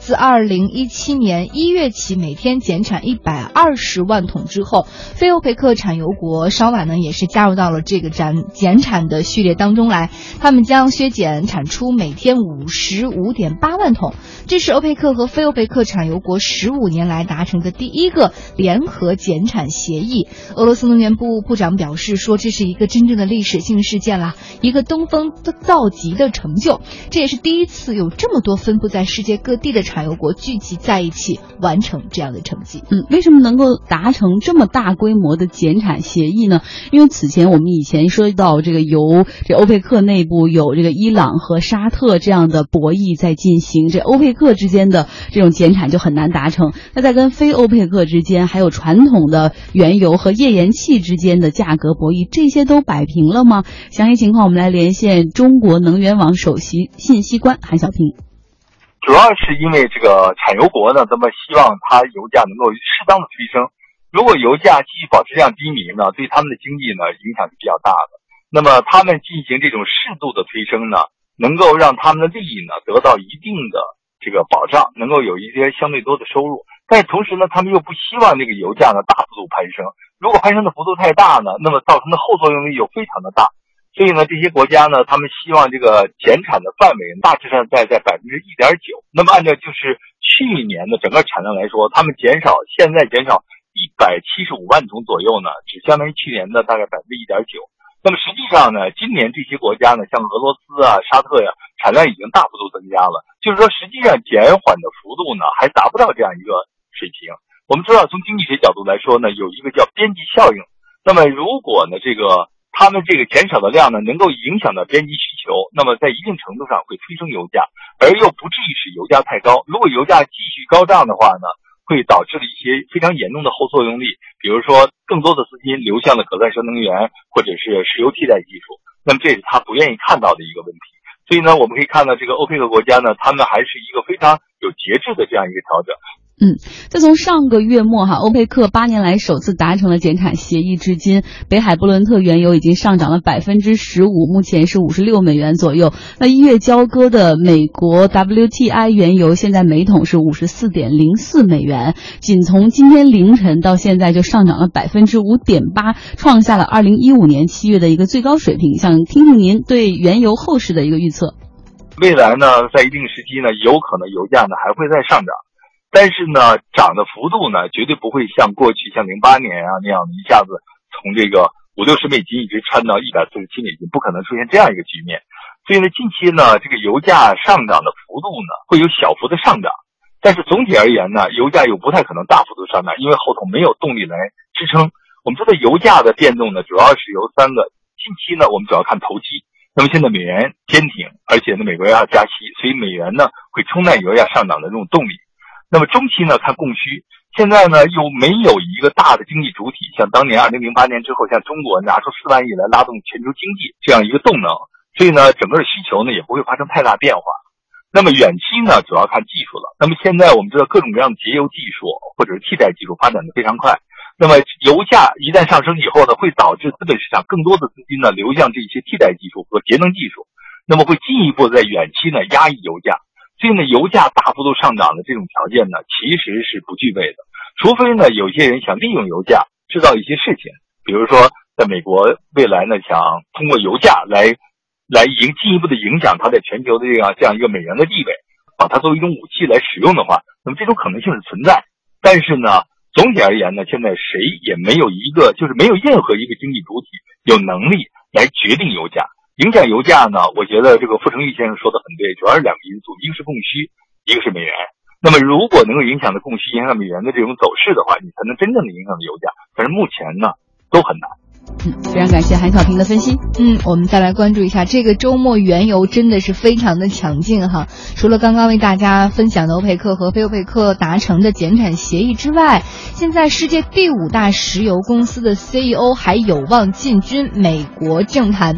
自2017年1月起每天减产120万桶之后，非欧佩克产油国稍晚呢也是加入到了这个减产的序列当中来，他们将削减产出每天55.8万桶，这是欧佩克和非欧佩克产油国15年来达成的第一个联合减产协议。俄罗斯能源部部长表示说，这是一个真正的历史性事件了，一个登峰造极的成就，这也是第一次有这么多分布在世界各地的产油国聚集在一起完成这样的成绩。 为什么能够达成这么大规模的减产协议呢？因为此前我们以前说到这个欧佩克内部有这个伊朗和沙特这样的博弈在进行，这欧佩克之间的这种减产就很难达成。那在跟非欧佩克之间，还有传统的原油和页岩气之间的价格博弈，这些都摆平了吗？详细情况我们来连线中国能源网首席信息官韩小平。 主要是因为这个产油国呢，咱们希望它油价能够适当的推升。如果油价继续保持这样低迷呢，对他们的经济呢影响是比较大的。那么他们进行这种适度的推升呢，能够让他们的利益呢得到一定的这个保障，能够有一些相对多的收入。但同时呢，他们又不希望这个油价呢大幅度攀升。如果攀升的幅度太大呢，那么造成的后作用力又非常的大。所以呢，这些国家呢，他们希望这个减产的范围大致上在 1.9%。那么按照就是去年的整个产量来说，他们现在减少175万桶左右呢，只相当于去年的大概 1.9%。那么实际上呢，今年这些国家呢，像俄罗斯啊、沙特呀，产量已经大幅度增加了。就是说，实际上减缓的幅度呢，还达不到这样一个水平。我们知道，从经济学角度来说呢，有一个叫边际效应。那么如果呢，他们这个减少的量呢，能够影响到边际需求，那么在一定程度上会推升油价，而又不至于使油价太高。如果油价继续高涨的话呢，会导致了一些非常严重的后作用力，比如说更多的资金流向了可再生能源或者是石油替代技术，那么这是他不愿意看到的一个问题。所以呢，我们可以看到这个欧佩克国家呢，他们还是一个非常有节制的这样一个调整。 自从上个月末欧佩克8年来首次达成了减产协议至今，北海布伦特原油已经上涨了15%，目前是56美元左右。那1月交割的美国 WTI 原油现在每桶是54.04美元，仅从今天凌晨到现在就上涨了5.8%，创下了2015年7月的一个最高水平。想听听您对原油后市的一个预测。 未来呢，在一定时期呢，有可能油价呢还会再上涨。但是呢，涨的幅度呢，绝对不会像过去像08年啊那样一下子从这个50-60美金一直窜到147美金，不可能出现这样一个局面。所以呢，近期呢，这个油价上涨的幅度呢，会有小幅的上涨，但是总体而言呢，油价又不太可能大幅度上涨，因为后头没有动力来支撑。我们知道油价的变动呢，主要是由3个，近期呢，我们主要看投机。那么现在美元坚挺，而且呢，美国要加息，所以美元呢会冲淡油价上涨的这种动力。那么中期呢，看供需。现在呢，又没有一个大的经济主体，像当年2008年之后，像中国拿出4万亿来拉动全球经济这样一个动能，所以呢，整个的需求呢也不会发生太大变化。那么远期呢，主要看技术了。那么现在我们知道各种各样的节油技术或者是替代技术发展的非常快。那么油价一旦上升以后呢，会导致资本市场更多的资金呢流向这些替代技术和节能技术，那么会进一步在远期呢压抑油价。所以呢，油价大幅度上涨的这种条件呢，其实是不具备的。除非呢，有些人想利用油价制造一些事情，比如说，在美国未来呢，想通过油价来进一步的影响它在全球的这样一个美元的地位，把它作为一种武器来使用的话，那么这种可能性是存在。但是呢，总体而言呢，现在谁也没有没有任何一个经济主体有能力来决定油价。影响油价呢，我觉得这个傅成玉先生说的很对，主要是2个因素，一个是供需，一个是美元。那么如果能够影响到供需，影响美元的这种走势的话，你才能真正的影响到油价。但是目前呢，都很难。 非常感谢韩小平的分析。 我们再来关注一下这个周末原油真的是非常的强劲哈。除了刚刚为大家分享的欧佩克和非欧佩克达成的减产协议之外，现在世界第5大石油公司的 CEO 还有望进军美国政坛。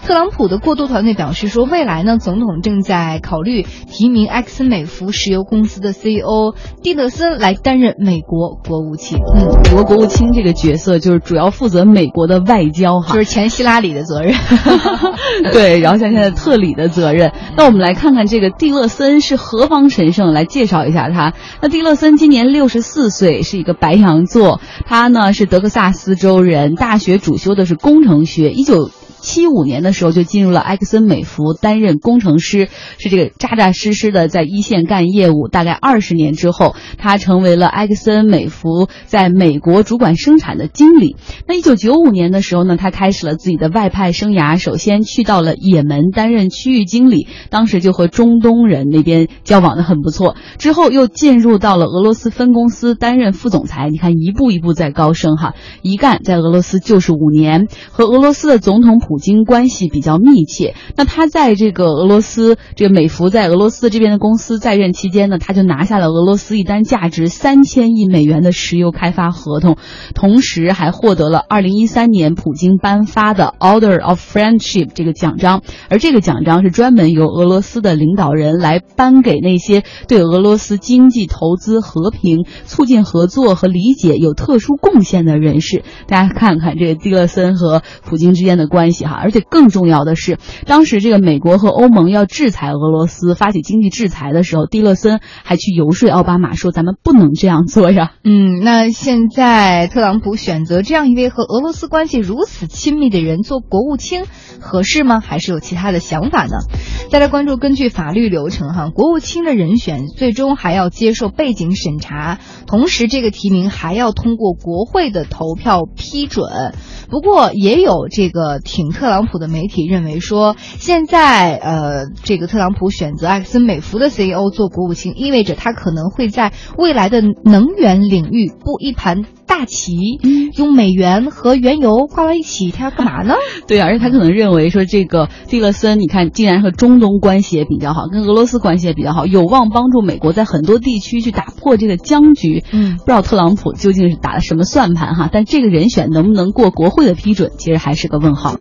特朗普的过渡团队表示说，未来呢，总统正在考虑提名埃克森美孚石油公司的 CEO 蒂勒森来担任美国国务卿。 美国国务卿这个角色就是主要负责美国的外交哈， 就是前希拉里的责任。 对，然后像现在特里的责任。那我们来看看这个蒂勒森是何方神圣，来介绍一下他。那蒂勒森今年64岁，是一个白羊座，他呢是德克萨斯州人，大学主修的是工程学，1975年的时候就进入了埃克森美孚担任工程师，是这个扎扎实实的在一线干业务。大概20年之后，他成为了埃克森美孚在美国主管生产的经理。那1995年的时候呢，他开始了自己的外派生涯，首先去到了也门担任区域经理，当时就和中东人那边交往的很不错，之后又进入到了俄罗斯分公司担任副总裁。你看一步一步在高升哈，一干在俄罗斯就是5年，和俄罗斯的总统普京关系比较密切。那他在这个俄罗斯这个美孚在俄罗斯这边的公司在任期间呢，他就拿下了俄罗斯一单价值3000亿美元的石油开发合同，同时还获得了2013年普京颁发的 Order of Friendship 这个奖章，而这个奖章是专门由俄罗斯的领导人来颁给那些对俄罗斯经济、投资、和平、促进合作和理解有特殊贡献的人士。大家看看这个蒂勒森和普京之间的关系哈，而且更重要的是，当时这个美国和欧盟要制裁俄罗斯，发起经济制裁的时候，蒂勒森还去游说奥巴马说咱们不能这样做呀。 那现在特朗普选择这样一位和俄罗斯关系如此亲密的人做国务卿，合适吗？还是有其他的想法呢？再来关注，根据法律流程哈，国务卿的人选最终还要接受背景审查，同时这个提名还要通过国会的投票批准。不过也有这个挺特朗普的媒体认为说，现在这个特朗普选择埃克森美孚的 CEO 做国务卿，意味着他可能会在未来的能源领域布一盘大棋，用美元和原油挂到一起，他要干嘛呢？ 对，而且他可能认为说，这个蒂勒森，你看，既然和中东关系也比较好，跟俄罗斯关系也比较好，有望帮助美国在很多地区去打破这个僵局。不知道特朗普究竟是打了什么算盘哈，但这个人选能不能过国会的批准，其实还是个问号。